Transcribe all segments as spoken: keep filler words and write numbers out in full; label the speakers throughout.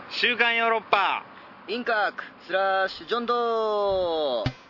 Speaker 1: 週刊ヨーロッパ
Speaker 2: インカークスラッシュジョンドー。ど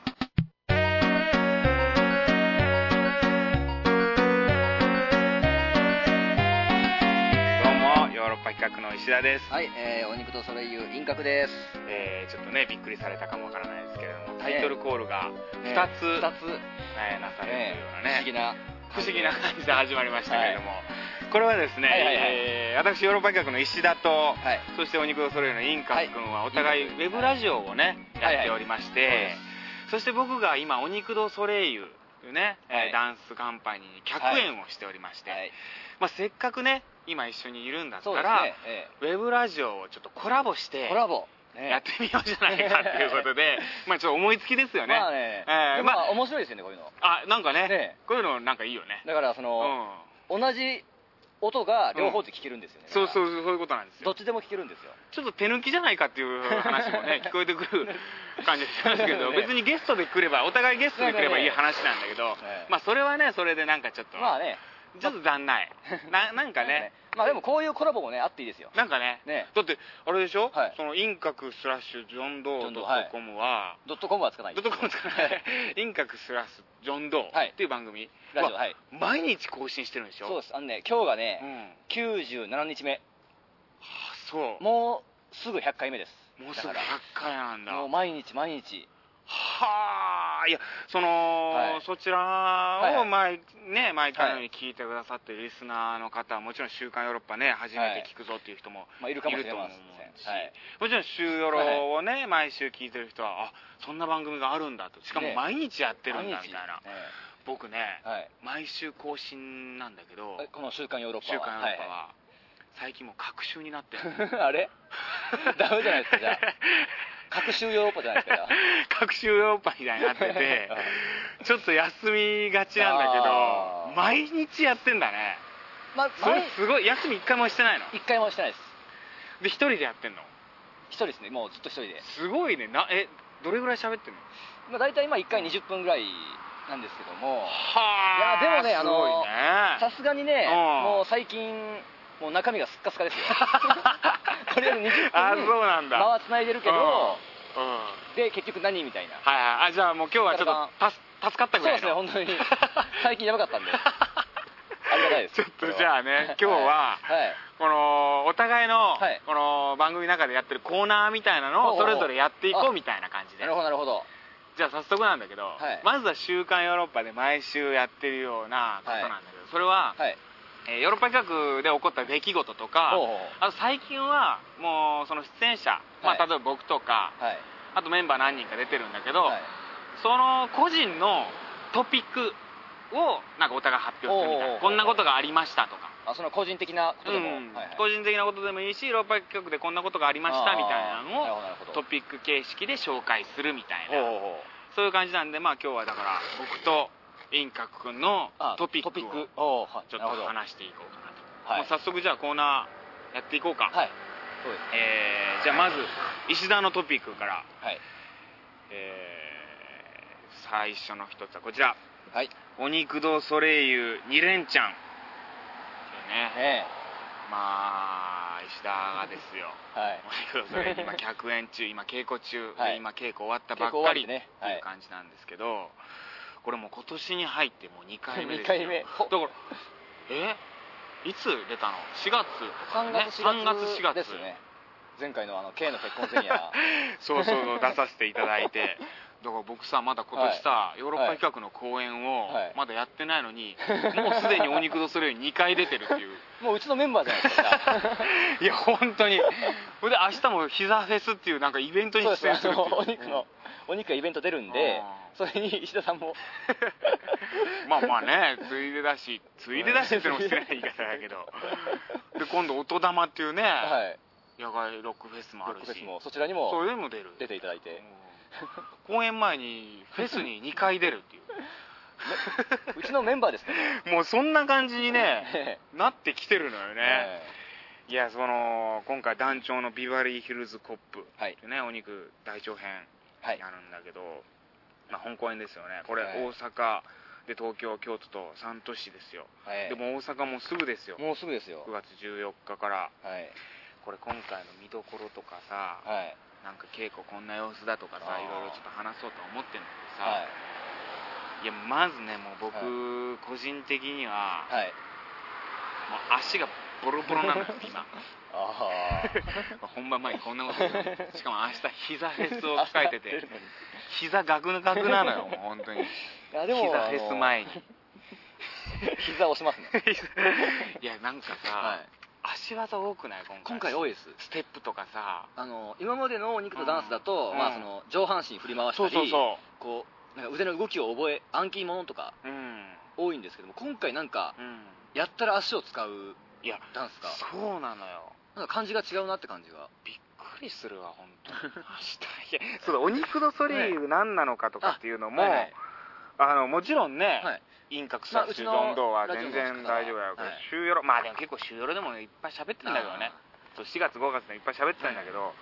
Speaker 1: うもヨーロッパ企画の石田です。
Speaker 2: はい、えー、お肉とソレイユインカクです。
Speaker 1: えー、ちょっとねびっくりされたかもわからないですけれども、タイトルコールがふたつ、
Speaker 2: ふたつ、
Speaker 1: えー、なされるというようなね、
Speaker 2: 不思議な
Speaker 1: 不思議な感じで始まりましたけれども、はい、これはですね、はいはいはい、えー、私ヨーロッパ企画の石田と、はい、そしてお肉とソレイユのインカク君はお互いウェブラジオをね、はい、やっておりまして、はいはい、そして僕が今お肉とソレイユというね、はい、ダンスカンパニーに客演をしておりまして、はい、まあ、せっかくね今一緒にいるんだったら、ねええ、ウェブラジオをちょっとコラボして
Speaker 2: コラボ
Speaker 1: やってみようじゃないかっていうことでまあちょっと思いつきですよね。
Speaker 2: まあね、えー、でもまあ面白いですよねこういうの。
Speaker 1: あ、なんか ね, ねこういうのなんかいいよね。
Speaker 2: だからその、うん、同じ音が両方で聞けるんですよね、うん、
Speaker 1: そうそうそういうことなんですよ。
Speaker 2: どっちでも聞けるんですよ。ち
Speaker 1: ょっと手抜きじゃないかっていう話もね聞こえてくる感じがしますけど、ね、別にゲストで来ればお互いゲストで来ればいい話なんだけど、ね、まあそれはねそれでなんかちょっとまあねちょっと残念な, なんかね
Speaker 2: まあでもこういうコラボもねあっていいですよ。
Speaker 1: なんか ね, ねだってあれでしょ、はい、そのインカクスラッシュジョンドードットコムは
Speaker 2: ドットコムはつかない
Speaker 1: ドットコムつかないインカクスラッシュジョンドーっていう番組
Speaker 2: ラジオ、はい、
Speaker 1: 毎日更新してるんでしょ。
Speaker 2: そうです。あのね今日がね、うん、きゅうじゅうななにちめ。は
Speaker 1: あ、そう
Speaker 2: もうすぐひゃっかいめです。
Speaker 1: もうすぐひゃっかいなんだ。
Speaker 2: もう毎日毎日。
Speaker 1: はあ、いやその、はい、そちらを毎、はいね、毎回のように聞いてくださっているリスナーの方はもちろん週刊ヨーロッパね初めて聞くぞっていう人もいると思うし、はいまあ、いるかもしれません、はい、もちろん週ヨロをね、はい、毎週聞いてる人はあそんな番組があるんだと、しかも毎日やってるんだみたいな、ね、僕ね、はい、毎週更新なんだけど
Speaker 2: この週刊ヨーロッパは
Speaker 1: 週刊ヨーロッパは、はい、最近もう隔週になってる
Speaker 2: あれダメじゃないですかじゃあ隔週ヨーロッパじゃないですか。
Speaker 1: 隔週ヨーロッパみたいになっててちょっと休みがちなんだけど毎日やってんだね、ま、それすごい。休み一回もしてないの。
Speaker 2: 一回もしてないです。
Speaker 1: で一人でやってんの。
Speaker 2: 一人ですね。もうずっと一人で。
Speaker 1: すごいね。なえどれぐらい喋ってんの。
Speaker 2: まあ大体今一回にじゅっぷんぐらいなんですけども、
Speaker 1: はあ。
Speaker 2: いやでもね、あのさすがにね、
Speaker 1: うん、
Speaker 2: もう最近もう中身がスッカスカですよとりあえずにじゅっぷん
Speaker 1: あ、そうなんだ。
Speaker 2: 間はつないでるけど、
Speaker 1: うん、
Speaker 2: で結局何みたいな。
Speaker 1: はいはい。あ、じゃあもう今日はちょっとたす助かったぐらいの。
Speaker 2: そうですね、本当に最近やばかったんでありがたいです。
Speaker 1: ちょっとじゃあね今日は、はい、このお互いの、はい、この番組の中でやってるコーナーみたいなのをそれぞれやっていこうみたいな感じで。
Speaker 2: なるほどなるほど。
Speaker 1: じゃあ早速なんだけど、はい、まずは週刊ヨーロッパで毎週やってるようなことなんだけど、はい、それは、はい、えー、ヨーロッパ企画で起こった出来事とか、あと最近はもうその出演者、はい、まあ、例えば僕とか、はい、あとメンバー何人か出てるんだけど、はい、その個人のトピックをなんかお互い発表するみたいな、こんなことがありましたとか、
Speaker 2: あその個人的なことでも、
Speaker 1: うんはいはい、個人的なことでもいいしヨーロッパ企画でこんなことがありましたみたいなのをトピック形式で紹介するみたいな、そういう感じなんで、まあ今日はだから僕とインカク君のトピックをちょっと話していこうかなと、はい、もう早速じゃあコーナーやっていこうか。はい、そうです。えー、じゃあまず石田のトピックから、はい、えー、最初の一つはこちら、はい、お肉堂ソレイユに連チャンっていうね、えー、まあ石田がですよ、はい、お肉堂ソレイユ今客演中、今稽古中、はい、で今稽古終わったばっかりっていう感じなんですけど、はい、これもう今年に入ってもうにかいめですよ。にかいめだからえいつ出たの。しがつ
Speaker 2: さんがつしがつですね。前回のあの K の結婚前夜
Speaker 1: そうそう出させていただいてだから僕さまだ今年さ、はい、ヨーロッパ企画の公演をまだやってないのに、はい、もうすでにお肉堂ソレイユにかい出てるっていう
Speaker 2: もううちのメンバーじゃないですか
Speaker 1: いや本当にそれで明日も膝フェスっていうなんかイベントに出演するっていう、
Speaker 2: お肉のお肉がイベント出るんで、それに石田さんも
Speaker 1: まあまあねついでだしついでだしってのも失礼な言い方だけどで今度音玉っていうね、はい、野外ロックフェスもあるし、ロックフェスも
Speaker 2: そちらにも
Speaker 1: それでも出る
Speaker 2: 出ていただいて、
Speaker 1: 公演前にフェスににかい出るっていう
Speaker 2: うちのメンバーですね
Speaker 1: もうそんな感じにねなってきてるのよね。いやその今回団長のビバリーヒルズコップっていうね、はい、お肉大長編になるんだけど、はい、まあ、本公演ですよねこれ、はい、大阪で東京京都とさん都市ですよ、はい、でも大阪もすぐですよ。
Speaker 2: もうすぐですよ。
Speaker 1: くがつじゅうよっかから、はい、 これ今回の見どころとかさ、
Speaker 2: はい、
Speaker 1: なんか稽古こんな様子だとかさ、いろいろちょっと話そうと思ってるんだけどさ、はい、いやまずねもう僕、はい、個人的には、はい、もう足がボロボロなのよ今あ本番前にこんなこと言うしかも明日膝フェスを控えてて膝ガクガクなのよもう本当に。いやでも膝フェス前に
Speaker 2: 膝押しますね
Speaker 1: いやなんかさ、はい、足技多くない今回。
Speaker 2: 今回多いです。
Speaker 1: ステップとかさ、あ
Speaker 2: の今までのお肉とダンスだと、うん、まあその上半身振り回したり、そうそうそう、こうなんか腕の動きを覚え暗記物とか、うん、多いんですけども、今回なんか、うん、やったら足を使うダンスが
Speaker 1: そうなのよ。
Speaker 2: なんか感じが違うなって感じが。
Speaker 1: びっくりするわ本当に明日そうだ、お肉のソレイユ何なのかとかっていうのも、はいはいはい、あのもちろんね、はい、インカクサスドンドは全然大丈夫だよ、はい、週よろまあでも結構週よろでもいっぱい喋ってるんだけどね、しがつごがつでいっぱい喋ってたんだけど、はい、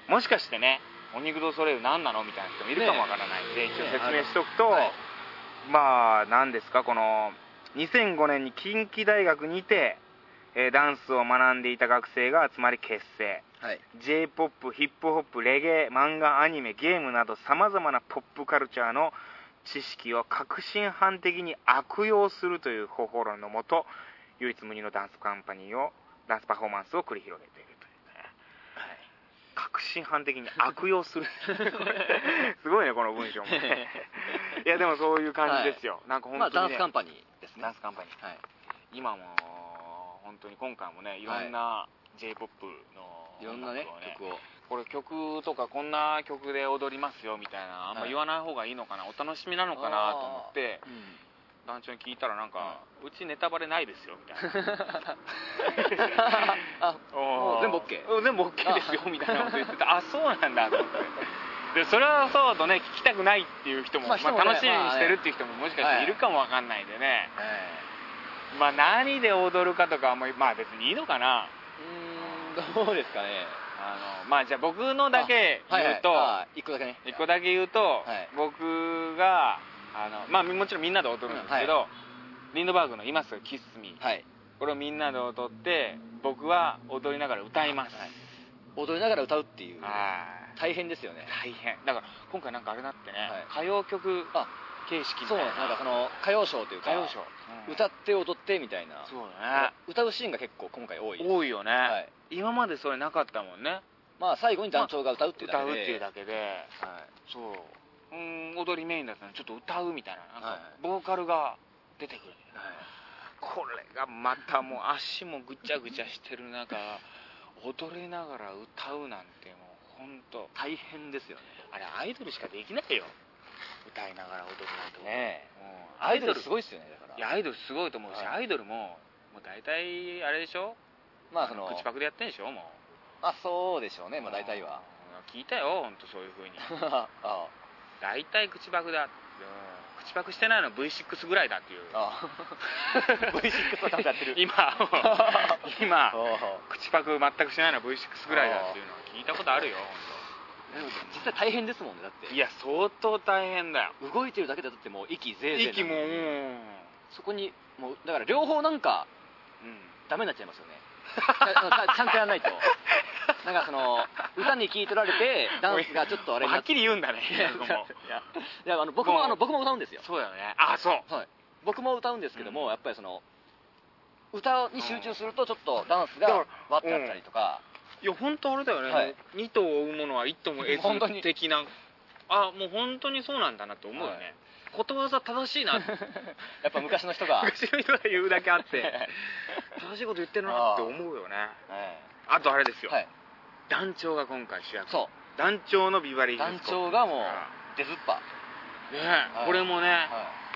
Speaker 1: もしかしてねお肉のソレイユ何なのみたいな人もいるかもわからないんで、ね、一応説明しておくと、はい、まあ何ですか、このにせんごねんに近畿大学にてえー、ダンスを学んでいた学生が集まり結成、はい、J-ポップ、ヒップホップ、レゲエ、漫画、アニメ、ゲームなどさまざまなポップカルチャーの知識を革新犯的に悪用するという方法論のもと、唯一無二のダンスカンパニーをダンスパフォーマンスを繰り広げているというね、はい、革新犯的に悪用するすごいねこの文章もねいやでもそういう感じですよ、はい、なんか本当に、ね、
Speaker 2: まあ、ダンスカンパニーですね。
Speaker 1: ダンスカンパニー、はい、今も本当に今回もねいろんな J-ポップ の
Speaker 2: いろんなね曲を
Speaker 1: これ曲とかこんな曲で踊りますよみたいなあんま言わない方がいいのかな、お楽しみなのかなと思って、うん、団長に聞いたらなんか、うん、うちネタバレないですよみたいな
Speaker 2: あもう全部 OK
Speaker 1: 全部 OK ですよみたいなこと言っててあそうなんだと思ってでそれはそうとね聞きたくないっていう人も、まあ、まあ楽しみにしてるっていう人ももしかしているかもわかんないんでね、はい、まあ何で踊るかとかあんまりまあ別にいいのかな。
Speaker 2: うーんどうですかね。
Speaker 1: あのまあじゃあ僕のだけ言うと、
Speaker 2: いっこだけね
Speaker 1: いっこだけ言うと、はい、僕があのまあもちろんみんなで踊るんですけど、うんはい、リンドバーグの今すぐキスミー、はい、これをみんなで踊って僕は踊りながら歌います、はい、
Speaker 2: 踊りながら歌うっていう大変ですよね。
Speaker 1: 大変だから今回なんかあれだってね、はい、歌謡曲形式みたいな。
Speaker 2: そうなんかその歌謡ショーというか歌謡ショー、うん、歌って踊ってみたいな。
Speaker 1: そうだね、
Speaker 2: 歌うシーンが結構今回多い
Speaker 1: 多いよね、はい、今までそれなかったもんね。
Speaker 2: まあ最後に団長が歌うっていうだけで、
Speaker 1: まあ、歌うっていうだけで、はい、そううん踊りメインだったのにちょっと歌うみたいな、なんかボーカルが出てくる、はい、これがまたもう足もぐちゃぐちゃしてる中踊りながら歌うなんてもう本当
Speaker 2: 大変ですよね。
Speaker 1: あれアイドルしかできないよ、歌いながら踊るなんてね。
Speaker 2: うん、アイドルすごいっすよね。だから
Speaker 1: いやアイドルすごいと思うし、はい、アイドルももう大体あれでしょ、
Speaker 2: まあその
Speaker 1: 口パクでやってんでしょもう。
Speaker 2: あそうでしょうね、まあ大体は。
Speaker 1: 聞いたよ本当そういう風にああ大体口パクだ、うん、口パクしてないのは ブイシックス ぐらいだっていう。あ
Speaker 2: あブイシックス はちゃんとやってる
Speaker 1: 今今口パク全くしないのは ブイシックス ぐらいだっていうのは聞いたことあるよ本当。
Speaker 2: 実際大変ですもんね。だって
Speaker 1: いや相当大変だよ。
Speaker 2: 動いてるだけでだってもう息ぜいぜい
Speaker 1: 息もうん
Speaker 2: そこにもうだから両方なんか、うん、ダメになっちゃいますよねちゃんとやらないとなんかその歌に聞い取られてダンスがちょっとあれになって
Speaker 1: はっきり言うんだね
Speaker 2: いやいやあの僕もあの僕も歌うんですよ。
Speaker 1: そうだよね。あそう、
Speaker 2: はい、僕も歌うんですけども、うん、やっぱりその歌に集中するとちょっとダンスがわってあったりとか、
Speaker 1: うん、いや本当あれだよね、はい、に頭を追うものはいち頭も得ず的なあもう本当にそうなんだなと思うよね、はい、ことわざ正しいなや
Speaker 2: っぱ昔の人が
Speaker 1: 昔の人が言うだけあって正しいこと言ってるなって思うよね。 あ,、はい、あとあれですよ、はい、団長が今回主役。そう団長のビバリー
Speaker 2: 団長がもう出ずっぱ
Speaker 1: ね、はい、これもね、はい、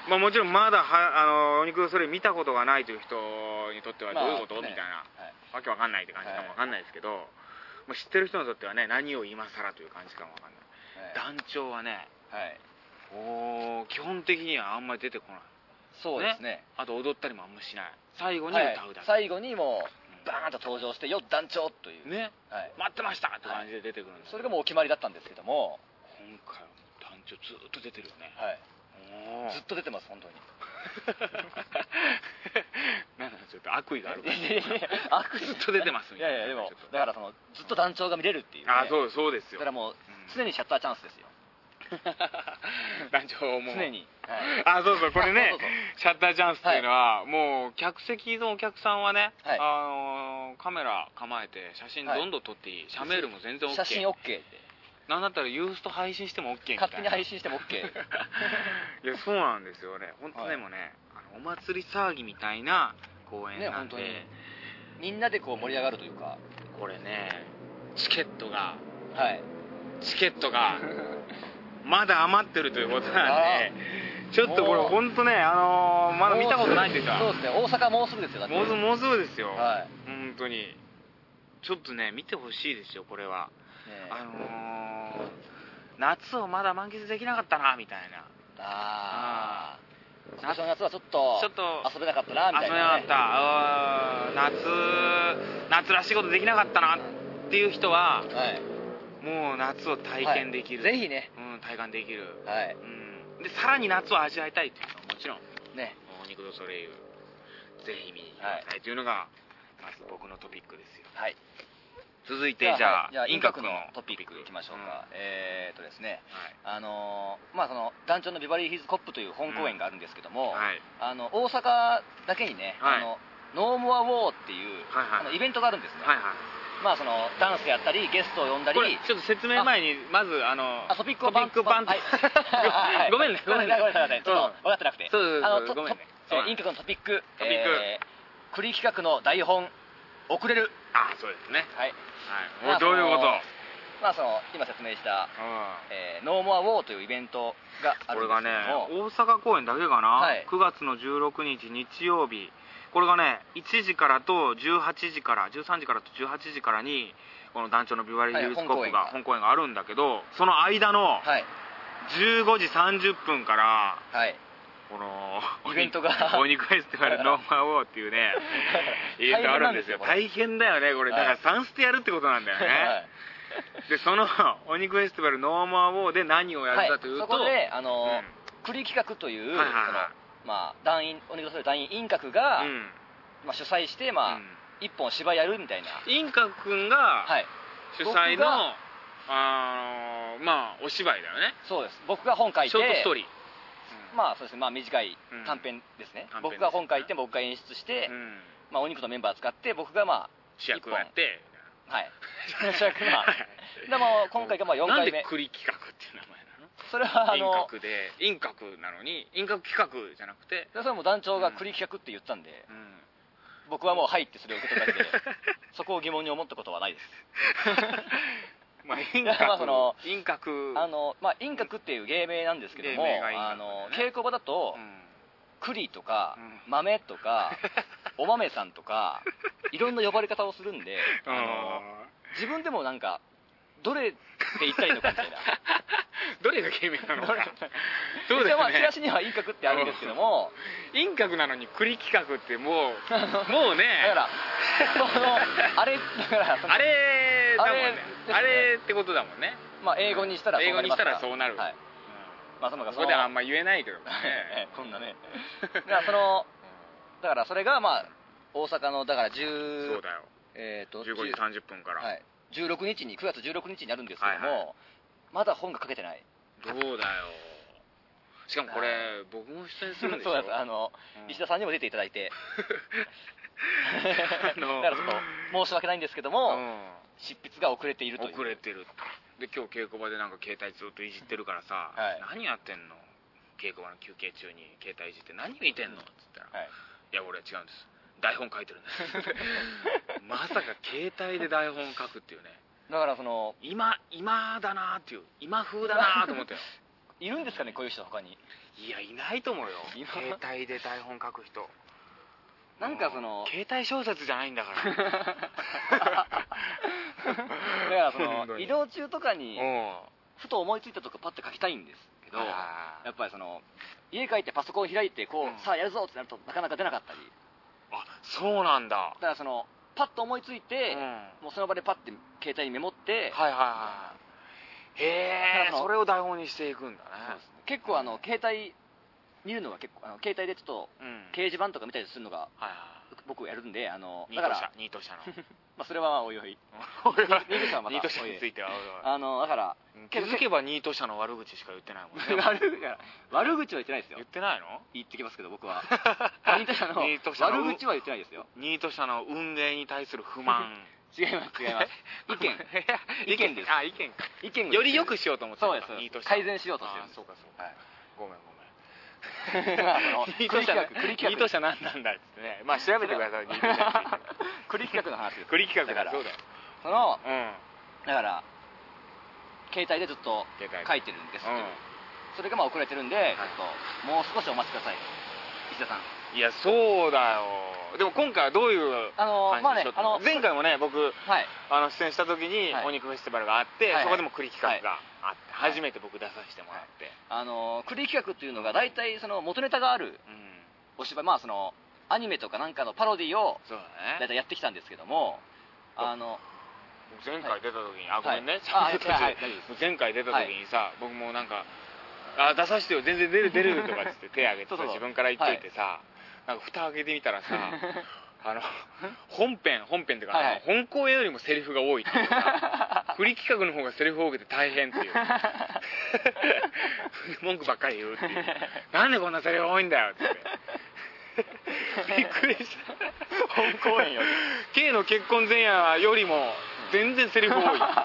Speaker 1: まあもちろんまだはあのお肉のそれ見たことがないという人にとってはどういうこと、まあね、みたいな、はい、わけわかんないって感じかもわかんないですけど、はい、まあ、知ってる人にとってはね何を今更という感じかもわかんない、はい、団長はね、はい、お基本的にはあんまり出てこない。
Speaker 2: そうですね。
Speaker 1: あと踊ったりもあんましない。最後に歌うだけ、
Speaker 2: はい、最後にもうバーンと登場して「よっ団長」という
Speaker 1: ね、はい、待ってましたって感じで出てくるんで、はい、
Speaker 2: それがもうお決まりだったんですけども、
Speaker 1: 今回は団長ずっと出てるよね。
Speaker 2: はい、ずっと出てます本当に
Speaker 1: なんだちょっと悪意があるから悪ずっと出てますみたいな。
Speaker 2: いやいやでもだからそのずっと団長が見れるっていう、ね、
Speaker 1: あそうそうですよ。
Speaker 2: だからもう常にシャッターチャンスですよ
Speaker 1: 団長も
Speaker 2: 常に、
Speaker 1: はい、あそうそうこれねそうそうそうシャッターチャンスっていうのは、はい、もう客席のお客さんはね、はい、あのカメラ構えて写真どんどん撮っていい、はい、写メールも全然 OK、
Speaker 2: 写真 OK って
Speaker 1: なんだったらユースト配信しても OK みたいな。
Speaker 2: 勝手に配信しても OK
Speaker 1: いやそうなんですよね。本当でもね、はい、あのお祭り騒ぎみたいな公演なんで、ね、
Speaker 2: みんなでこう盛り上がるというか、
Speaker 1: これねチケットが
Speaker 2: はい
Speaker 1: チケットがまだ余ってるということなんでちょっとこれ本当ねあのー、まだ見たことないっていうか、
Speaker 2: そうですね、大阪もうすぐですよ。だって
Speaker 1: もうすぐもうすぐですよ、
Speaker 2: はい、
Speaker 1: 本当にちょっとね見てほしいですよこれは、ね、あのー、夏をまだ満喫できなかったなみたいな。
Speaker 2: ああ今年の夏はちょっと
Speaker 1: ちょっと
Speaker 2: 遊べなかったなみたいな、ね、
Speaker 1: 遊べなかった、夏夏らしいことできなかったなっていう人は、はい、もう夏を体験できる、
Speaker 2: はい、ぜひね、
Speaker 1: うん、体感できる、
Speaker 2: はい、
Speaker 1: うん、でさらに夏を味わいたいっていうのはもちろん
Speaker 2: ね、
Speaker 1: お肉ドソレイユぜひ見に来てくださいというのが、まず僕のトピックですよ。
Speaker 2: はい、
Speaker 1: 続いてじゃあ、
Speaker 2: じゃあインカクのトピックいきましょうか。うん、えーっとですね、はい、あのー、まあその団長のビバリーヒルズコップという本公演があるんですけども、うん、はい、あの大阪だけにね、はい、あのノーモアウォーっていう、はいはい、あのイベントがあるんですね。はいはい、まあそのダンスやったりゲストを呼んだり、
Speaker 1: これちょっと説明前にまずあの
Speaker 2: あトピックをバンと
Speaker 1: バンとごめんね
Speaker 2: ごめんなさいごめんなさいちょっと分かってなくて、
Speaker 1: そう
Speaker 2: あの
Speaker 1: ごめんね、
Speaker 2: インカクのトピック、
Speaker 1: トピック、
Speaker 2: えー、クリ企画の台本遅れる。
Speaker 1: あそうですね、
Speaker 2: はい、
Speaker 1: はい、どういうこと？
Speaker 2: まあその今説明した、えー、ノーモアウォーというイベントがあるんですけども、これが
Speaker 1: ね大阪公演だけかな、はい、くがつのじゅうろくにち日曜日、これがねいちじからとじゅうはちじからじゅうさんじからとじゅうはちじからにこの団長のビバリーヒルズコップが本公演があるんだけど、その間のじゅうごじさんじゅっぷんから、はい、この
Speaker 2: イベントが
Speaker 1: お肉フェスティバルノーマーウォーっていうねイベントあるんですよ。大変だよねこれ、だからさんステやるってことなんだよね、はい、でそのお肉フェスティバルノーマーウォーで何をやるかというと、
Speaker 2: はい、そこであの、うん、クリ企画という、はいはいはい、そのまあ団員お肉とする団員インカクが、うん、まあ、主催してまあ、うん、一本芝居やるみたいな。
Speaker 1: インカ君が主催の、はい、あのまあお芝居だよね。
Speaker 2: そうです。僕が本書いて
Speaker 1: ショートストーリー、
Speaker 2: うん、まあそうですね、まあ短い短編ですね、うん、僕が本書いて僕が演出して、うん、まあお肉のメンバー使って僕がまあ
Speaker 1: 主役をやって、
Speaker 2: はい主役まあでも今回がまあよんかいめ。
Speaker 1: なんで栗企画っていう名前なの？
Speaker 2: それはあの
Speaker 1: インカクでインカクなのにインカク企画じゃなくて、
Speaker 2: それはもう団長が栗企画って言ったんで、うん、僕はもうはいってそれを受け取るだけでそこを疑問に思ったことはないです
Speaker 1: まあインカク、まあ、そのインカク
Speaker 2: あのまあインカクっていう芸名なんですけども、ね、あの稽古場だと、うん、栗とか、うん、豆とかお豆さんとかいろんな呼ばれ方をするんであの自分でもなんかどれで言ったらいいのかみたいな
Speaker 1: どれが芸名なのか
Speaker 2: そうですね、チラシにはインカクってあるんですけども
Speaker 1: インカクなのに栗企画ってもうもうね
Speaker 2: だからそのあれだから
Speaker 1: あれだもんね、あれってことだもんね。
Speaker 2: まあ英語にしたらそうなりますから、
Speaker 1: 英語にしたらそうなる、はい、
Speaker 2: うん、まあその
Speaker 1: そこではあんま言えないけどね
Speaker 2: こんなねだからそのだからそれがまあ大阪のだからじゅう
Speaker 1: そうだよ、
Speaker 2: えーと
Speaker 1: じゅうごじさんじゅっぷんから、
Speaker 2: はい、じゅうろくにちにくがつじゅうろくにちになるんですけども、はいはい、まだ本が書けてない。
Speaker 1: どうだよ。しかもこれ僕も出演するんでしょ。
Speaker 2: そうです。あの、うん、石田さんにも出ていただいてあのだからちょっと申し訳ないんですけども、うん、執筆が遅れているという。
Speaker 1: 遅れてるで今日稽古場でなんか携帯ずっといじってるからさ、はい、何やってんの稽古場の休憩中に携帯いじって何見てんのっつったら、はい、いや俺は違うんです台本書いてるんですまさか携帯で台本書くっていうね。
Speaker 2: だからその
Speaker 1: 今今だなっていう今風だなと思ったよ
Speaker 2: いるんですかねこういう人他に。
Speaker 1: いやいないと思うよ携帯で台本書く人。
Speaker 2: なんかその
Speaker 1: 携帯小説じゃないんだから
Speaker 2: だからその移動中とかにふと思いついたとかパッて書きたいんですけど、やっぱりその家帰ってパソコン開いてこう、うん、さあやるぞってなるとなかなか出なかったり。
Speaker 1: あ、そうなんだ。
Speaker 2: だからそのパッと思いついて、うん、もうその場でパッて携帯にメモって、
Speaker 1: はいはいはい、へえ、それを台本にしていくんだね。そうですね。
Speaker 2: 結構あの携帯見るのが結構あの携帯でちょっと掲示板とか見たりするのが、はいはい、 僕やるんで、あの
Speaker 1: だからニート社の
Speaker 2: まあそれはおいおいニ
Speaker 1: ート社はまたニート社については
Speaker 2: あのだから
Speaker 1: 気づけばニート社の悪口しか言ってないもんね
Speaker 2: 悪口は言ってないですよ。
Speaker 1: 言ってないの？
Speaker 2: 言ってきますけど僕はニート社の悪口は言ってないですよ。
Speaker 1: ニート社の運営に対する不満
Speaker 2: 違います違います意見意見です。
Speaker 1: あ意見か
Speaker 2: 意見
Speaker 1: より良くしようと思って。
Speaker 2: そうですニート社改善しようとしてるんです。
Speaker 1: そうかそうかごめんごめん
Speaker 2: ニー
Speaker 1: ト社何なんだっつってね。まあ調べてください。ニート社
Speaker 2: 栗企画の話です。
Speaker 1: 栗企画だから
Speaker 2: そうだよ。そのだから携帯でずっと書いてるんですけど、それがまあ遅れてるんでちょっともう少しお待ちください石田さん。
Speaker 1: いやそうだよ。でも今回はどういう
Speaker 2: あのまあねあの
Speaker 1: 前回もね僕あの出演した時にお肉フェスティバルがあってそこでも栗企画があって初めて僕出させてもらって、
Speaker 2: あの栗企画っていうのが大体その元ネタがあるお芝居、まあそのアニメとかなんかのパロディを大体やってきたんですけども、あの
Speaker 1: 前回出た時にあごめんね前回出た時にさ僕もなんかあ出させてよ全然出る出るとかっつって手挙げて自分から言っといてさなんか蓋開けてみたらさあの本編本編っていうか、はいはい、本公演よりもセリフが多いっていうか栗企画の方がセリフ多くて大変っていう文句ばっかり言うっていうなんでこんなセリフ多いんだよってびっくりした
Speaker 2: 本公演より
Speaker 1: K の結婚前夜よりも全然セリフ多いま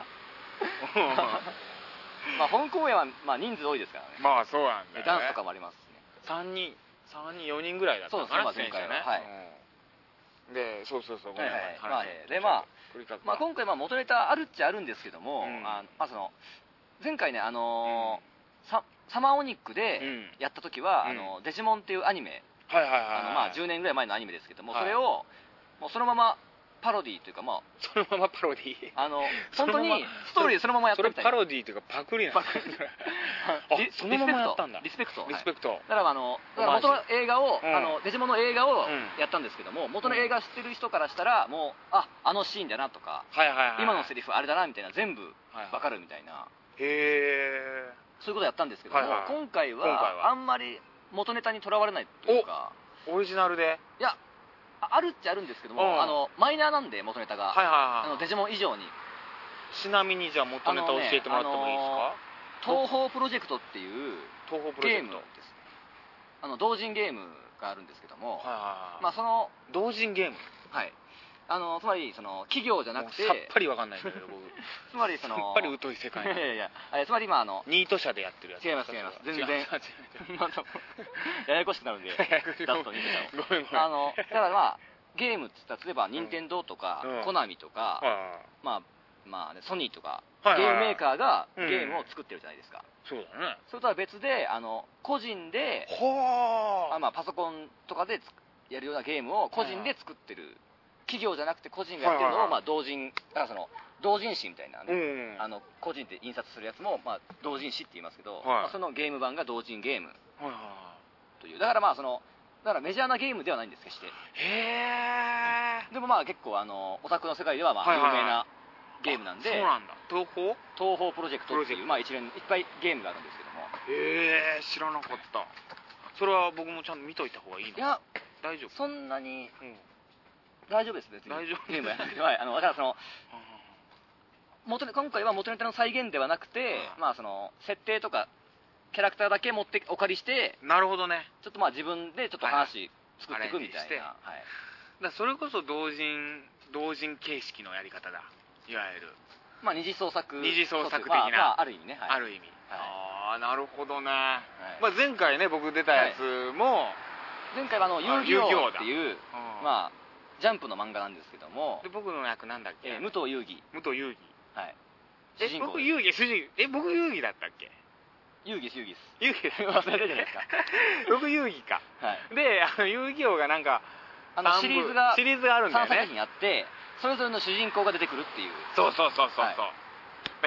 Speaker 2: あ本公演はまあ人数多いですからね。
Speaker 1: まあそうなんだよね。
Speaker 2: ダンスとかもありますね。
Speaker 1: さんにんさんにんよにんぐらいだったのかな前回ね。はいでそうそうそうごめん
Speaker 2: まあでまあまあ今回まあ元ネタあるっちゃあるんですけども、まあその前回ねあのサマーオニックでやった時はあのデジモンっていうアニメあのまあじゅうねんぐらい前のアニメですけどもそれをもうそのままパロディというかまあ
Speaker 1: そのままパロディ
Speaker 2: あの本当にストーリーそのままやったみたいな。
Speaker 1: それパロディというかパクリなの。そのままやったんだ。
Speaker 2: リスペクト
Speaker 1: リスペクト。
Speaker 2: だからあの元の映画をあのデジモンの映画をやったんですけども元の映画知ってる人からしたらもうああのシーンだなとか今のセリフあれだなみたいな全部わかるみたいな。
Speaker 1: へえ。
Speaker 2: そういうことやったんですけども今回はあんまり元ネタにとらわれないというか。
Speaker 1: オリジナルで。
Speaker 2: いや。あるっちゃあるんですけども、あのマイナーなんで元ネタが、あのデジモン以上に。
Speaker 1: ちなみにじゃあ元ネタ教えてもらってもいいですか？
Speaker 2: 東宝プロジェクトっていうゲームですね。あの同人ゲームがあるんですけども、まあその
Speaker 1: 同人ゲーム、
Speaker 2: はい、あのつまりその企業じゃなくて
Speaker 1: さっぱりわかんないんだけど僕
Speaker 2: つまりその
Speaker 1: さっぱり疎い世界。い
Speaker 2: やいやつまり今あの
Speaker 1: ニート社でやってるやつ。
Speaker 2: 違います違います全然ややこしくなるんで出すとニート社をごめんごめんあのだからまあゲームっつったら例えば任天堂とかコナミとかまあまあねソニーとかゲームメーカーがゲームを作ってるじゃないですか。
Speaker 1: そうだね。
Speaker 2: それとは別であの個人であまあパソコンとかでやるようなゲームを個人で作ってる企業じゃなくて個人がやってるのをまあ同人だからその同人誌みたいなねあの個人で印刷するやつもまあ同人誌って言いますけどそのゲーム版が同人ゲームというだからまあそのだからメジャーなゲームではないんです決して。
Speaker 1: へえ。
Speaker 2: でもまあ結構あのオタクの世界ではまあ有名なゲームなんで。
Speaker 1: そうなんだ。東宝？
Speaker 2: 東宝プロジェクトっていうまあ一連いっぱいゲームがあるんですけども。
Speaker 1: へえ知らなかった。それは僕もちゃんと見といた方がいいの？
Speaker 2: いや
Speaker 1: 大丈夫。
Speaker 2: そんなに大丈夫です別に。
Speaker 1: 大丈夫。
Speaker 2: ゲームやらなくてはいあのだからその元今回は元ネタの再現ではなくてまあその設定とかキャラクターだけ持ってお借りして
Speaker 1: なるほどね
Speaker 2: ちょっとまあ自分でちょっと話作っていくみたいな、はい、
Speaker 1: だそれこそ同人同人形式のやり方だいわゆる
Speaker 2: まあ二次創作
Speaker 1: 二次創作的な、
Speaker 2: まあまあ、ある意味ね、はい、
Speaker 1: ある意味、はい、ああなるほどね、はいまあ、前回ね僕出たやつも、はい、
Speaker 2: 前回はあの遊戯王っていうまあジャンプの漫画なんですけども
Speaker 1: で僕の役なんだっけ、
Speaker 2: えー、武藤遊戯
Speaker 1: 武藤遊戯
Speaker 2: はい
Speaker 1: え僕遊戯主人え僕遊戯だったっけ
Speaker 2: 遊戯遊戯です
Speaker 1: 遊戯
Speaker 2: 忘れたじゃないですか
Speaker 1: 僕遊戯か、はい、であの遊戯王がなんか
Speaker 2: あのシリーズが
Speaker 1: シリーズがあるんだよね
Speaker 2: さんさく品あってそれぞれの主人公が出てくるっていう
Speaker 1: そうそうそうそうそう、はい、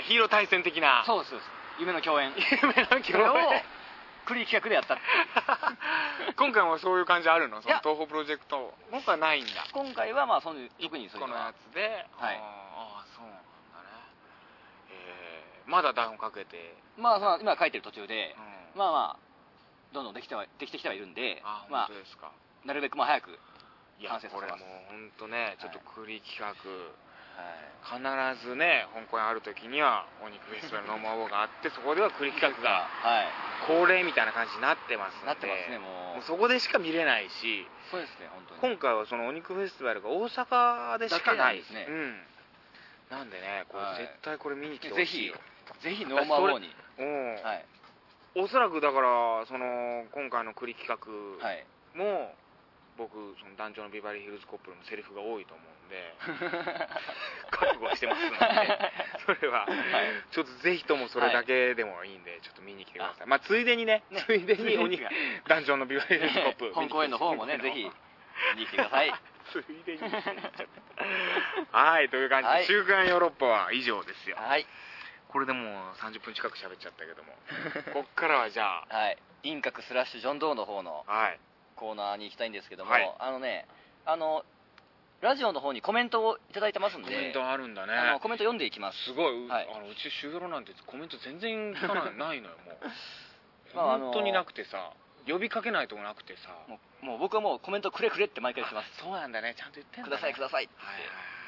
Speaker 1: ヒーロー対戦的な
Speaker 2: そうですそうです夢の共演
Speaker 1: 夢の共演
Speaker 2: を栗企画でやった
Speaker 1: 今回もそういう感じあるのその東宝プロジェクト今回はないんだ
Speaker 2: 今回はまあその特にそういう
Speaker 1: のやつで
Speaker 2: はい
Speaker 1: ああそうなんだねえー、まだ台本かけて
Speaker 2: まあ、まあ、今書いてる途中で、うん、まあまあどんどんできてはできてきてはいるんで
Speaker 1: あ
Speaker 2: まあ
Speaker 1: 本当ですか
Speaker 2: なるべくまあ早く完成させます。
Speaker 1: いやこれもう本当ね、ちょっと栗企画、はい、必ずね香港にある時にはお肉フェスティバルの魔王があってそこでは栗企画が恒例みたいな感じになってますので、
Speaker 2: なってますね。もう、
Speaker 1: もうそこでしか見れないし、
Speaker 2: そうですね本当に。
Speaker 1: 今回はそのお肉フェスティバルが大阪でしかない
Speaker 2: ですね。
Speaker 1: うん、なんでねこれ、はい、絶対これ見に来てほしいよ。
Speaker 2: ぜひぜひノーマ王に。
Speaker 1: うん、はい、おそらくだからその今回の栗企画も、はい、僕その団長のビバリーヒルズコップルのセリフが多いと思うんで覚悟してますのでそれは、はい、ちょっとぜひともそれだけでもいいんで、はい、ちょっと見に来てください。まあついでにね、ねついでにお肉団長のビバリーヒルズコップル
Speaker 2: 本公演の方もねぜひ見に来てください
Speaker 1: ついでにはいという感じで、はい、週刊ヨーロッパは以上ですよ。はい、これでもうさんじゅっぷん近く喋っちゃったけどもこっからはじゃあ、
Speaker 2: はい、インカクスラッシュジョン・ドーの方の、はい、コーナーに行きたいんですけども、はい、あのねあのラジオの方にコメントをいただいてますんで、
Speaker 1: コメントあるんだね。
Speaker 2: あのコメント読んでいきます。
Speaker 1: すごい、はい、あのうちシューロなんてコメント全然聞かないないのよもうまあ、本当になくてさ、呼びかけないとこなくてさ、
Speaker 2: もう、もう僕はもうコメントくれくれって毎回言ってます。
Speaker 1: そうなんだね、ちゃんと言ってんだね。
Speaker 2: くださいくださいって、はいはい、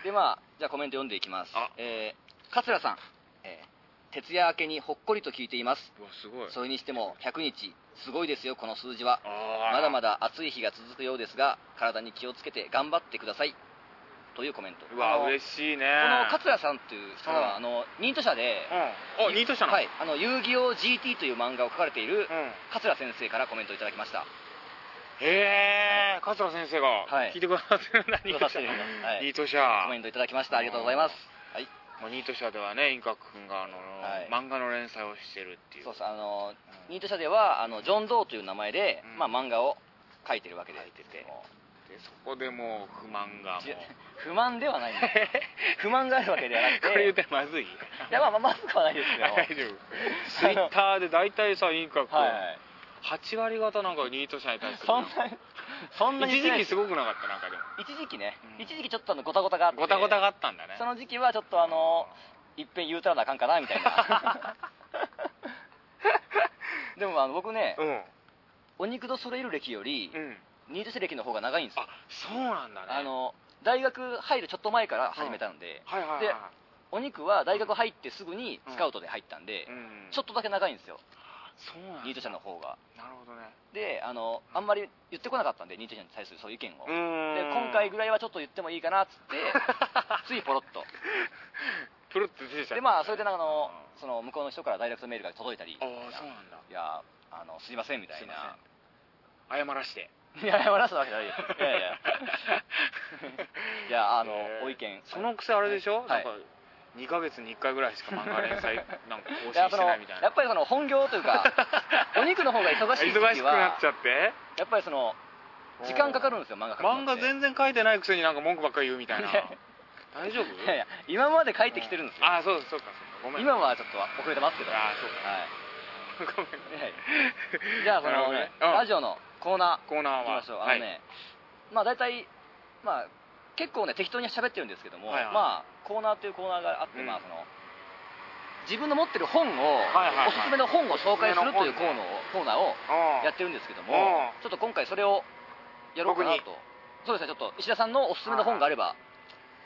Speaker 2: でまあじゃあコメント読んでいきます。えー、桂さん、えー、徹夜明けにほっこりと聞いています。
Speaker 1: うわすごい。
Speaker 2: それにしてもひゃくにちすごいですよこの数字は。まだまだ暑い日が続くようですが体に気をつけて頑張ってくださいというコメント。
Speaker 1: うわ嬉しいね。
Speaker 2: この桂さんという人は、うん、あのニート社で、
Speaker 1: うん、あニート社の、
Speaker 2: はい、あの遊戯王 ジーティー という漫画を描かれている、うん、桂先生からコメントをいただきました。
Speaker 1: へえ、桂先生が聞いてくださってるんだ、はい、ニート社、はい、ニート社
Speaker 2: コメントいただきました。ありがとうございます。はい、
Speaker 1: まあ、ニート社ではねインカ君があの、はい、漫画の連載をしてるっていう。
Speaker 2: そうそう、あの、うん、ニート社ではあのジョン・ドーという名前で、うん、まあ、漫画を描いてるわけで、書いてて
Speaker 1: でそこでもう不満がもう
Speaker 2: 不満ではないんです不満があるわけではなくて
Speaker 1: これ言ってまずい。い
Speaker 2: やまあまずくはないですよ。
Speaker 1: 大丈夫。ツイッターで大体さインカ君、はいはい、はち割方なんかニート社に対する
Speaker 2: そんなそんなに
Speaker 1: 一時期すごくなかったなんかでも
Speaker 2: 一時期ね、うん、一時期ちょっとあのゴタゴタがあって
Speaker 1: ゴタゴタがあったんだね。
Speaker 2: その時期はちょっとあのいっぺん言うたらなあかんかなみたいなでもあの僕ね、うん、お肉ドソレイル歴より、うん、ニート社歴の方が長いんですよ。
Speaker 1: あ、そうなんだね。
Speaker 2: あの大学入るちょっと前から始めたので、うん、はいはいはい、でお肉は大学入ってすぐにスカウトで入ったんで、うん、ちょっとだけ長いんですよ。
Speaker 1: そうなんだ。
Speaker 2: ニート社の方が。
Speaker 1: なるほどね。
Speaker 2: であのあんまり言ってこなかったんでニート社に対するそういう意見を。で今回ぐらいはちょっと言ってもいいかなっつってついポロッと
Speaker 1: プロッと出てきちゃった。
Speaker 2: でまあそれであのその向こうの人からダイレクトメールが届いたり、
Speaker 1: ああそうなんだ。
Speaker 2: いやあのすいませんみたいな、
Speaker 1: 謝らして
Speaker 2: いや謝らせたわけじゃないです。いやいやいやあの、えー、お意見。
Speaker 1: そのくせあれでしょ、はい、なんかにかげつにいっかいぐらいしか漫画連載なんか更新してないみたいな。
Speaker 2: やっぱりその本業というかお肉の方が忙しい時は
Speaker 1: 忙しくなっちゃって
Speaker 2: やっぱりその時間かかるんですよ漫画描くのって。
Speaker 1: 漫画全然書いてないくせになんか文句ばっかり言うみたいな大丈夫？
Speaker 2: いやいや今まで書いてきてるんですよ。
Speaker 1: ああそうそうかそうかごめん。
Speaker 2: 今はちょっと遅れてますけど。
Speaker 1: ああそうか、はい、ごめん、はい、
Speaker 2: じゃあそのねラジオのコーナー
Speaker 1: コーナーは
Speaker 2: 行きましょう。あのね、はい、まあ大体まあ結構ね適当に喋ってるんですけども、はいはい、まあコーナーというコーナーがあって、うん、まあその自分の持ってる本を、はいはいはい、おすすめの本を紹介するというコーナーをコーナーをやってるんですけども、ちょっと今回それをやろうかなと。そうですね、ちょっと石田さんのおすすめの本があれば、はい、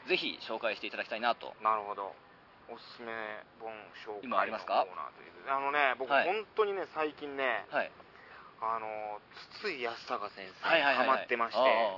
Speaker 2: ぜひ紹介していただきたいなと。
Speaker 1: なるほど。おすすめ本紹介のコーナーという。
Speaker 2: 今ありますか？
Speaker 1: あのね僕、はい、本当にね最近ね、はい、あの筒井康隆先生にハマってまして、はいはいはいはい、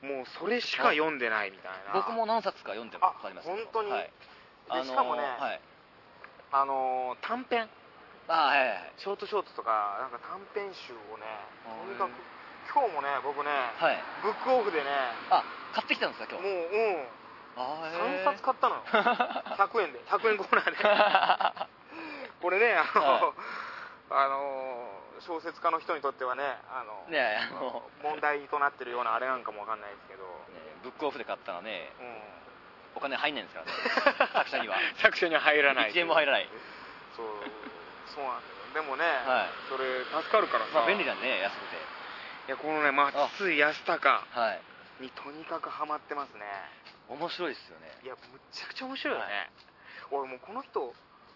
Speaker 1: もうそれしか読んでないみたいな。
Speaker 2: 僕も何冊か読んであります。
Speaker 1: 本当に、はい、でしかもね、はい、あの短編、
Speaker 2: あ、はいはい、
Speaker 1: ショートショートとかなんか短編集をね、とにかく今日もね僕ね、はい、ブックオフでね、
Speaker 2: あ、買ってきたんですか今日。
Speaker 1: もううんさんさつ買ったのよひゃくえんでひゃくえんコーナーでこれねあの、はい、あの小説家の人にとってはねあの、ね、あの問題となってるようなあれなんかもわかんないですけど、ね、
Speaker 2: ブックオフで買ったらね、うん、お金入んないんですからね作者には
Speaker 1: 作者には入らない、
Speaker 2: いちえんも入らない。
Speaker 1: そうそうなんだよ。でもね、はい、それ助かるからさ、
Speaker 2: まあ、便利だね安くて。
Speaker 1: いやこのね松井康隆にとにかくハマってますね。
Speaker 2: 面白いですよね。
Speaker 1: いやむちゃくちゃ面白いよね、はい、俺もうこの人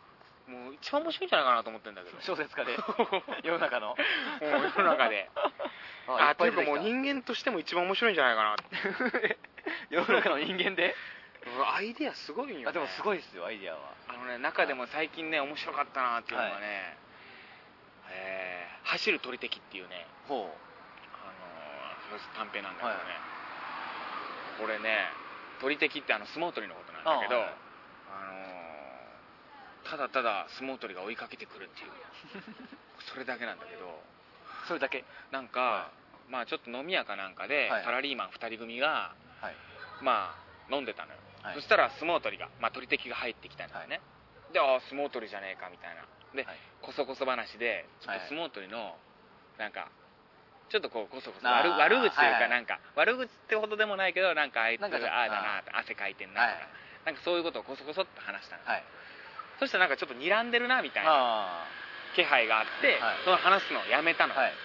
Speaker 1: もう一番面白いんじゃないかなと思ってるんだけど、
Speaker 2: 小説家で世の中のも
Speaker 1: う世の中でああというかもう人間としても一番面白いんじゃないかなって
Speaker 2: 世の中の人間で
Speaker 1: アイデアすごいよね。
Speaker 2: あでもすごいですよアイデアは。あ
Speaker 1: のね中でも最近ね面白かったなっていうのがね、はい、えー、走る鳥敵っていうね、ほう、あのー、短編なんだけどね、はい、これね鳥敵ってあの相撲取りのことなんだけど、あ、はい、あのー、ただただ相撲取りが追いかけてくるっていうそれだけなんだけど、
Speaker 2: それだけ
Speaker 1: なんか、はい、まあちょっと飲み屋かなんかで、はい、サラリーマンふたり組が、はい、まあ飲んでたのよ、はい、そしたら相撲取りが、まあ、鳥敵が入ってきたんだよね、はい、でああ相撲取りじゃねえかみたいなで、はい、こそこそ話でちょっと相撲取りのなんかちょっとこうこそこそ 悪, 悪口というか、なんか悪口ってほどでもないけどなんかあいつああだな汗かいてんなとか、はい、なんかそういうことをこそこそって話したの、はい、そしたらなんかちょっと睨んでるなみたいな気配があって、はい、その話すのをやめたの、はい、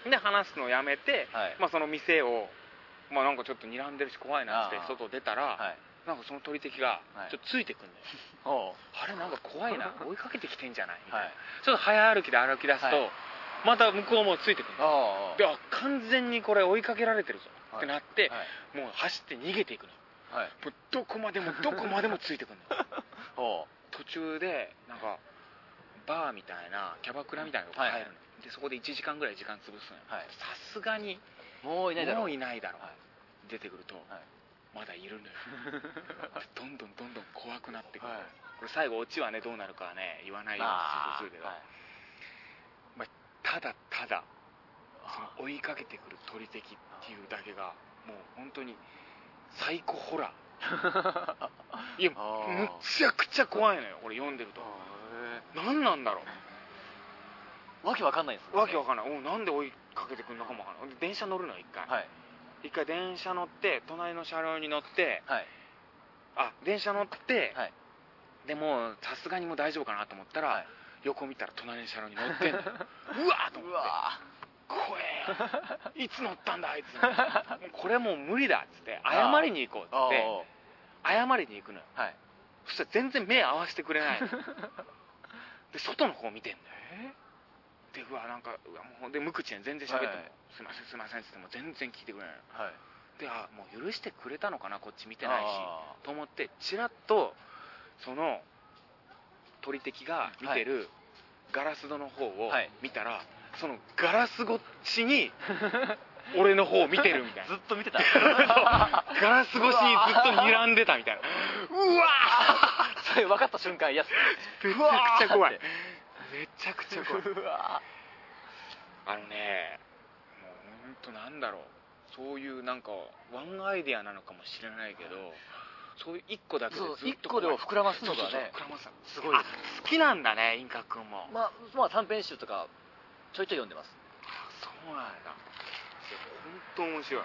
Speaker 1: で話すのをやめて、はい、まあ、その店をまあなんかちょっと睨んでるし怖いなって外出たら、はい、なんかその鳥敵がちょっとついてくんだよ、はい、あれなんか怖いな追いかけてきてんじゃないみたいな、はい、ちょっと早歩きで歩き出すと、はい、また向こうもついてくるので、あ完全にこれ追いかけられてるぞってなって、はい、もう走って逃げていくの、はい、もうどこまでもどこまでもついてくるの途中でなんかバーみたいなキャバクラみたいなのが入るの、はい、でそこでいちじかんぐらい時間潰すのよ、さすがに
Speaker 2: もういないだろう、
Speaker 1: もういないだろう、はい、出てくると、はい、まだいるのよどんどんどんどん怖くなってくる、はい、これ最後オチはねどうなるかはね言わないようにするけど、はい、まあ、ただただその追いかけてくる鳥敵っていうだけがもう本当にサイコホラーいやむちゃくちゃ怖いのよ俺読んでると何なんだろ
Speaker 2: うわけわかんないです
Speaker 1: ねわけわかんないおなんで追いかけてくるのかもわかんない電車乗るの一回、はい、一回電車乗って隣の車両に乗って、はい、あ電車乗って、はい、でもさすがにもう大丈夫かなと思ったら、はい、横見たら隣の車両に乗ってんのうわーと思ってうわ怖えいつ乗ったんだあいつこれもう無理だっつって謝りに行こうっつって謝りに行くのよ、はい、そしたら全然目合わせてくれないので外の方見てんだよでうわなんかうわもうで無口に全然喋っても、はい、すいませんすいませんっつっても全然聞いてくれないの、はい、であもう許してくれたのかなこっち見てないしと思ってチラッとその鳥敵が見てるガラス戸の方を見たら、はい、そのガラス越しに俺の方を見てるみたいな
Speaker 2: ずっと見てた
Speaker 1: ガラス越しにずっと睨んでたみたいなうわ
Speaker 2: それ分かった瞬間やつ
Speaker 1: めちゃくちゃ怖いめちゃくちゃ怖いうわあのねもうほんとなんだろうそういうなんかワンアイデアなのかもしれないけどそういう一個だけでずっと
Speaker 2: 一個でも膨らますのがね
Speaker 1: 膨らますすごいです好きなんだねインカ君も
Speaker 2: まあ、まあ短編集とかちょいちょい読んでます
Speaker 1: そうなんだ本当面白い、はい、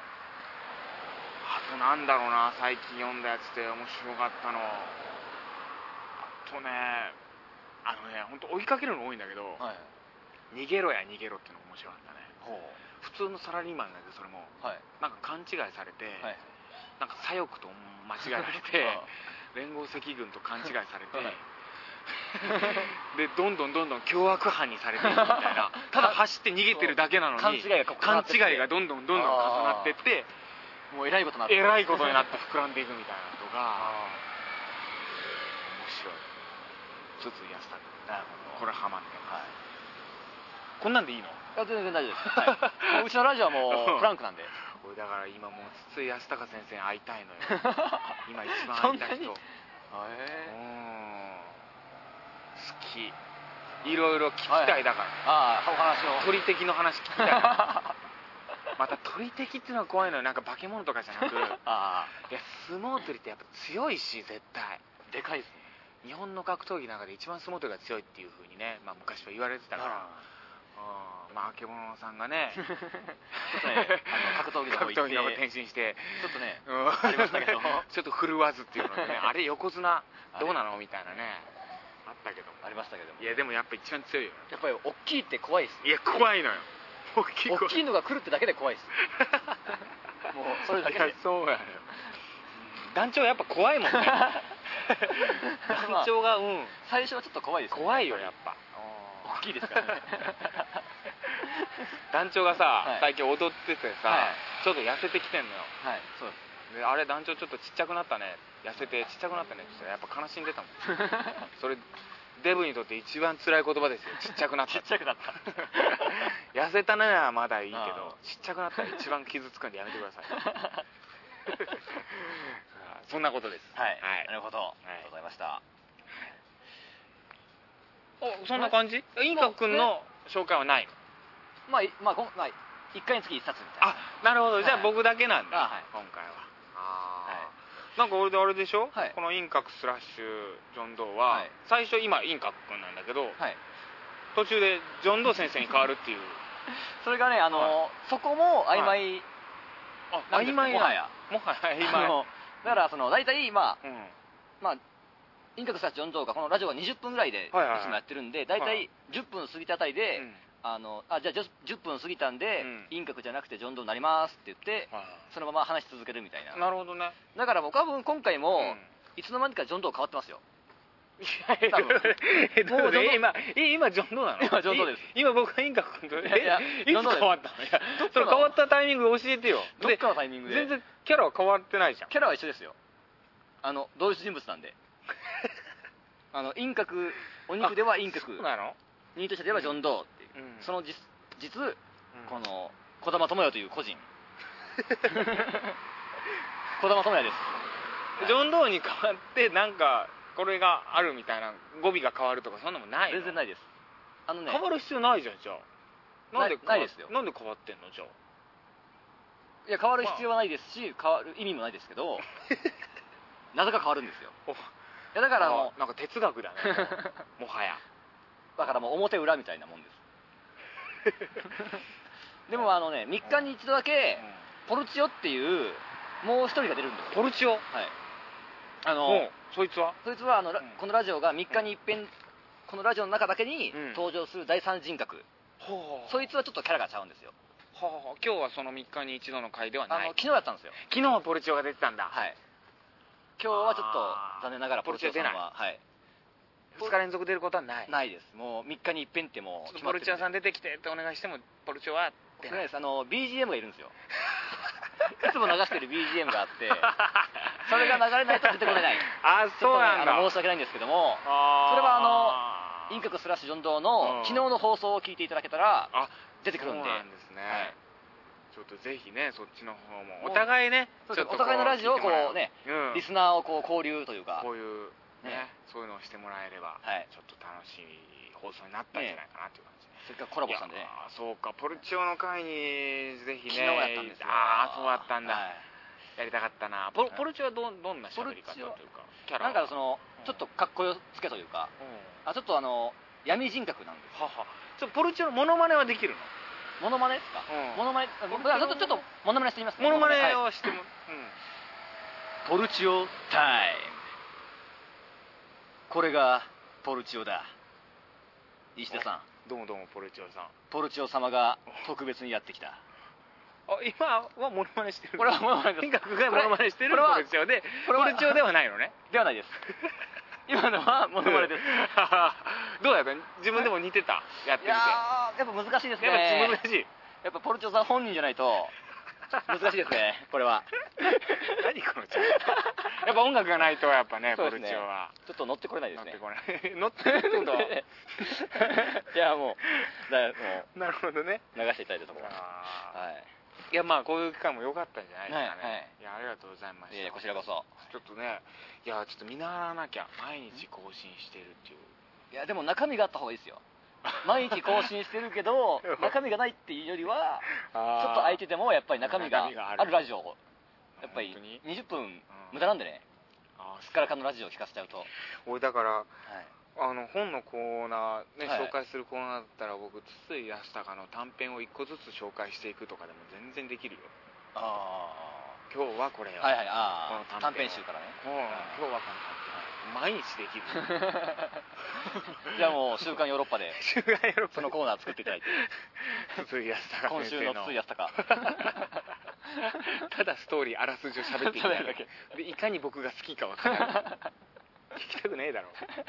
Speaker 1: あとなんだろうな最近読んだやつで面白かったのあとねあのね本当追いかけるの多いんだけど、はい、逃げろや逃げろっていうのが面白かったね普通のサラリーマンだけどそれも、はい、なんか勘違いされて、はい、なんか左翼と間違えられて連合赤軍と勘違いされて、はいでどんどんどんどん凶悪犯にされていくみたいなただ走って逃げてるだけなのに勘違いが勘違いがどんどんどんどん重なっていって
Speaker 2: もうえらいことになって
Speaker 1: えらいことになって膨らんでいくみたいなのが面白いつつ安田君これハマって、はい、こんなんでいいの？い
Speaker 2: や全然大丈夫です、はい、もううちのラジオはもうフランクなんで
Speaker 1: 俺だから今もう筒井康隆先生に会いたいのよ今一番会いたい人へえ好きいろいろ聞きたいだから、
Speaker 2: はい、ああお話を
Speaker 1: 鳥敵の話聞きたいまた鳥敵っていうのは怖いのよなんか化け物とかじゃなくあいや相撲取りってやっぱ強いし絶対
Speaker 2: でかいですね
Speaker 1: 日本の格闘技の中で一番相撲取りが強いっていう風にね、まあ、昔は言われてたからまあ、あけぼのさんがねちょっとね
Speaker 2: あの格闘技の方行って格闘技の方
Speaker 1: 転身して
Speaker 2: ちょっとね、うん、ありましたけど
Speaker 1: ちょっと振るわずっていうのねあれ横綱どうなのみたいなねあったけど
Speaker 2: ありましたけど
Speaker 1: いやでもやっぱ一番強いよ
Speaker 2: やっぱり大きいって怖いっす
Speaker 1: いや怖いのよ
Speaker 2: 大きい大きいのが来るってだけで怖いっすもうそれだけで
Speaker 1: そうやね団長やっぱ怖いもんね団長が、うん、
Speaker 2: 最初はちょっと怖いですよね。
Speaker 1: 怖いよやっぱ。
Speaker 2: 大きいですからね。
Speaker 1: 団長がさ、はい、最近踊っててさ、はい、ちょっと痩せてきてんのよ。
Speaker 2: はい、そうです。
Speaker 1: であれ団長ちょっとちっちゃくなったね、痩せてちっちゃくなったねって言ったらやっぱ悲しんでたもん。それデブにとって一番辛い言葉ですよ。ちっちゃくなった。
Speaker 2: ちっちゃくなった。
Speaker 1: 痩せたのはまだいいけど、ちっちゃくなったら一番傷つくんでやめてください。そんなことです。
Speaker 2: はい。はい、なるほど。ありがとうございました。
Speaker 1: お、そんな感じ？インカ君の紹介はないの？
Speaker 2: まあ、まあ、まあ、いっかいにつきいっさつみたいな。
Speaker 1: あ、なるほど。じゃあ僕だけなんだ、はい、今回は。ああ。なんか俺であれでしょ、はい、このインカクスラッシュジョン・ドーは、はい、最初今インカク君なんだけど、はい、途中でジョン・ドー先生に変わるっていう。
Speaker 2: それがね、あの、はい、そこも曖昧、はい、
Speaker 1: あ、曖昧な、
Speaker 2: もはや
Speaker 1: もはや曖昧。
Speaker 2: だからその大体まあ、うん、まあインカクスラッシュジョン・ドーがこのラジオがにじゅっぷんぐらいでいつもやってるんで、大体じゅっぷん過ぎたあたりで、うん、あのあじゃあじゅっぷん過ぎたんで、うん、インカクじゃなくてジョン・ドーになりますって言って、はい、そのまま話し続けるみたいな。
Speaker 1: なるほどね。
Speaker 2: だから僕は今回も、うん、いつの間にかジョン・ドー変わってますよ。
Speaker 1: いやいやもう今今ジョン・ドーなの？
Speaker 2: 今ジョン・ドーです。
Speaker 1: 今僕がインカク君とえいやいつ変わったの？いやそれ変わったタイミング教えてよ。
Speaker 2: どっかのタイミングで。
Speaker 1: 全然キャラは変わってないじゃん。
Speaker 2: キャラは一緒ですよ。あの同一人物なんで。あのインカクお肉ではインカク。
Speaker 1: そうなの？
Speaker 2: ニート社ではジョン・ドーっていう、うん、その実実、うん、この児玉智也という個人。児玉智也です。
Speaker 1: ジョン・ドーに変わってなんかこれがあるみたいな語尾が変わるとかそんなもんないの？
Speaker 2: 全然ないです。あのね、
Speaker 1: 変わる必要ないじゃん。じゃあなんで
Speaker 2: ないですよ。
Speaker 1: なんで変わってんのじゃあ。
Speaker 2: いや変わる必要はないですし、変わる意味もないですけどなぜか変わるんですよ。いやだからもう
Speaker 1: なんか哲学だねもはや。
Speaker 2: だからもう表裏みたいなもんですでもあのねみっかに一度だけ、うん、ポルチオっていうもう一人が出るんですよ。
Speaker 1: ポルチオ？はい。
Speaker 2: あの
Speaker 1: そいつは
Speaker 2: そいつはあの、うん、このラジオがみっかに一遍、うん、このラジオの中だけに登場する第三人格、うん、そいつはちょっとキャラがちゃうんですよ。
Speaker 1: はあはあ、今日はそのみっかに一度の回ではない。
Speaker 2: あの昨日だったんですよ。
Speaker 1: 昨日はポルチオが出てたんだ。
Speaker 2: はい。今日はちょっと残念ながらポルチオさんははい
Speaker 1: ふつか連続出ることはない。
Speaker 2: ないです。もうみっかに一遍ってもう
Speaker 1: ポルチオさん出てきてってお願いしてもポルチオは
Speaker 2: 出ないです。あの ビージーエム がいるんですよいつも流してる ビージーエム があってそれが流れないと出てこれない。
Speaker 1: あ、そうなんだ。
Speaker 2: 申し訳ないんですけども、それはあのインカクスラッシュジョン・ドーの昨日の放送を聞いていただけたら出てくるんで。
Speaker 1: そうなんですね、はい、ちょっとぜひねそっちの方もお互いね
Speaker 2: お互いのラジオをこうね、うん、リスナーをこう交流というか
Speaker 1: こういうね、そういうのをしてもらえれば、はい、ちょっと楽しい放送になったんじゃないかなという感じね。
Speaker 2: せっかくコラボしたんでね。
Speaker 1: あ、そうか、ポルチオの会にぜひね。
Speaker 2: 昨日やったんですよ。
Speaker 1: ああ、そうだったんだ、はい、やりたかったな。ポ, ポルチオは ど, どんな喋り方というか
Speaker 2: キャラなんかその、うん、ちょっとかっこよつけというか、うん、あちょっとあの闇人格なんです。
Speaker 1: ははちょポルチオのモノマネはできるの？
Speaker 2: モノマネですか？うん、モノマネ僕はちょっとちょっとモノマネしてみます、
Speaker 1: ね、モノマネをしても、はい、
Speaker 2: うん、ポルチオタイム。これがポルチオだ。石田さ
Speaker 1: ん、どうもどうもポルチオさん。
Speaker 2: ポルチオ様が特別にやってきた。
Speaker 1: あ、今はモノマネしてる。
Speaker 2: これはモノマネです。
Speaker 1: とにかくがモノマネしてるポルチオで、ポルチオではないのね。
Speaker 2: ではないです今のはモノマネです
Speaker 1: どうやった？自分でも似てた？やってみて。いや
Speaker 2: ー、やっぱ難しいですね。
Speaker 1: やっぱ難しい。
Speaker 2: やっぱポルチオさん本人じゃないと難しいですね、これは。
Speaker 1: 何このチャンネル。やっぱ音楽がないとやっぱね、ポルチオは
Speaker 2: ちょっと乗ってこれないですね。
Speaker 1: 乗ってこない乗ってこないってこと
Speaker 2: いやもうだも
Speaker 1: うなるほどね、
Speaker 2: 流していただいたところ。はい。
Speaker 1: いやまあこういう機会も良かったんじゃないですかね。いやありがとうございました。
Speaker 2: いやこちらこそ。
Speaker 1: ちょっとね、いやちょっと見習わなきゃ。毎日更新してるっていう。
Speaker 2: いやでも中身があった方がいいですよ。毎日更新してるけど中身がないっていうよりはちょっと空いててもやっぱり中身があるラジオをやっぱりにじゅっぷん無駄なんでね、すっからかんのラジオを聞かせちゃうと。
Speaker 1: 俺だから、はい、あの本のコーナーね、はい、紹介するコーナーだったら僕筒井康隆の短編をいっこずつ紹介していくとかでも全然できるよ。ああ、今日はこれよ、
Speaker 2: はいはい、あこの短編集からね、
Speaker 1: うん、今日はこの短編毎日できる
Speaker 2: じゃあもう週刊ヨーロッパで
Speaker 1: 週刊ヨーロッパ
Speaker 2: そのコーナー作っていただいて
Speaker 1: 筒井康隆
Speaker 2: 今週の筒井康隆
Speaker 1: ただストーリーあらすじを喋っていただけでいかに僕が好きかわからない聞きたくねえだろ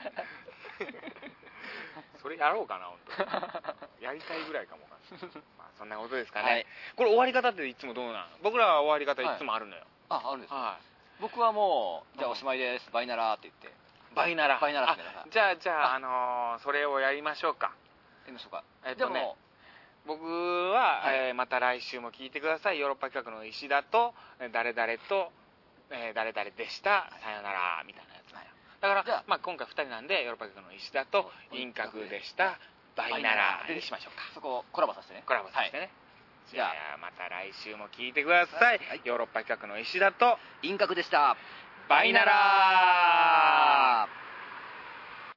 Speaker 1: それやろうかな本当やりたいぐらいかもわかんないまあそんなことですかね、はい、これ終わり方っていつもどうなの？僕らは終わり方いつもあるのよ、
Speaker 2: はい、あ、あるんですか、はい、僕はもうじゃあおしまいです、バイナラーって言って
Speaker 1: バイナラ
Speaker 2: バイナラー
Speaker 1: じゃあじゃああのー、それをやりましょうか
Speaker 2: やりましょうか。
Speaker 1: えっとね僕は、はい、えー、また来週も聞いてください。ヨーロッパ企画の石田と誰々と、えー、誰々でしたさよならみたいなやつなんよ。だから、まあ、今回ふたりなんでヨーロッパ企画の石田と輪郭でしたバイナラにしましょうか。
Speaker 2: そこをコラボさせてね。
Speaker 1: コラボさせてね、はい、じゃあまた来週も聞いてください、はい、ヨーロッパ企画の石田と
Speaker 2: 輪郭でした
Speaker 1: バイナラー。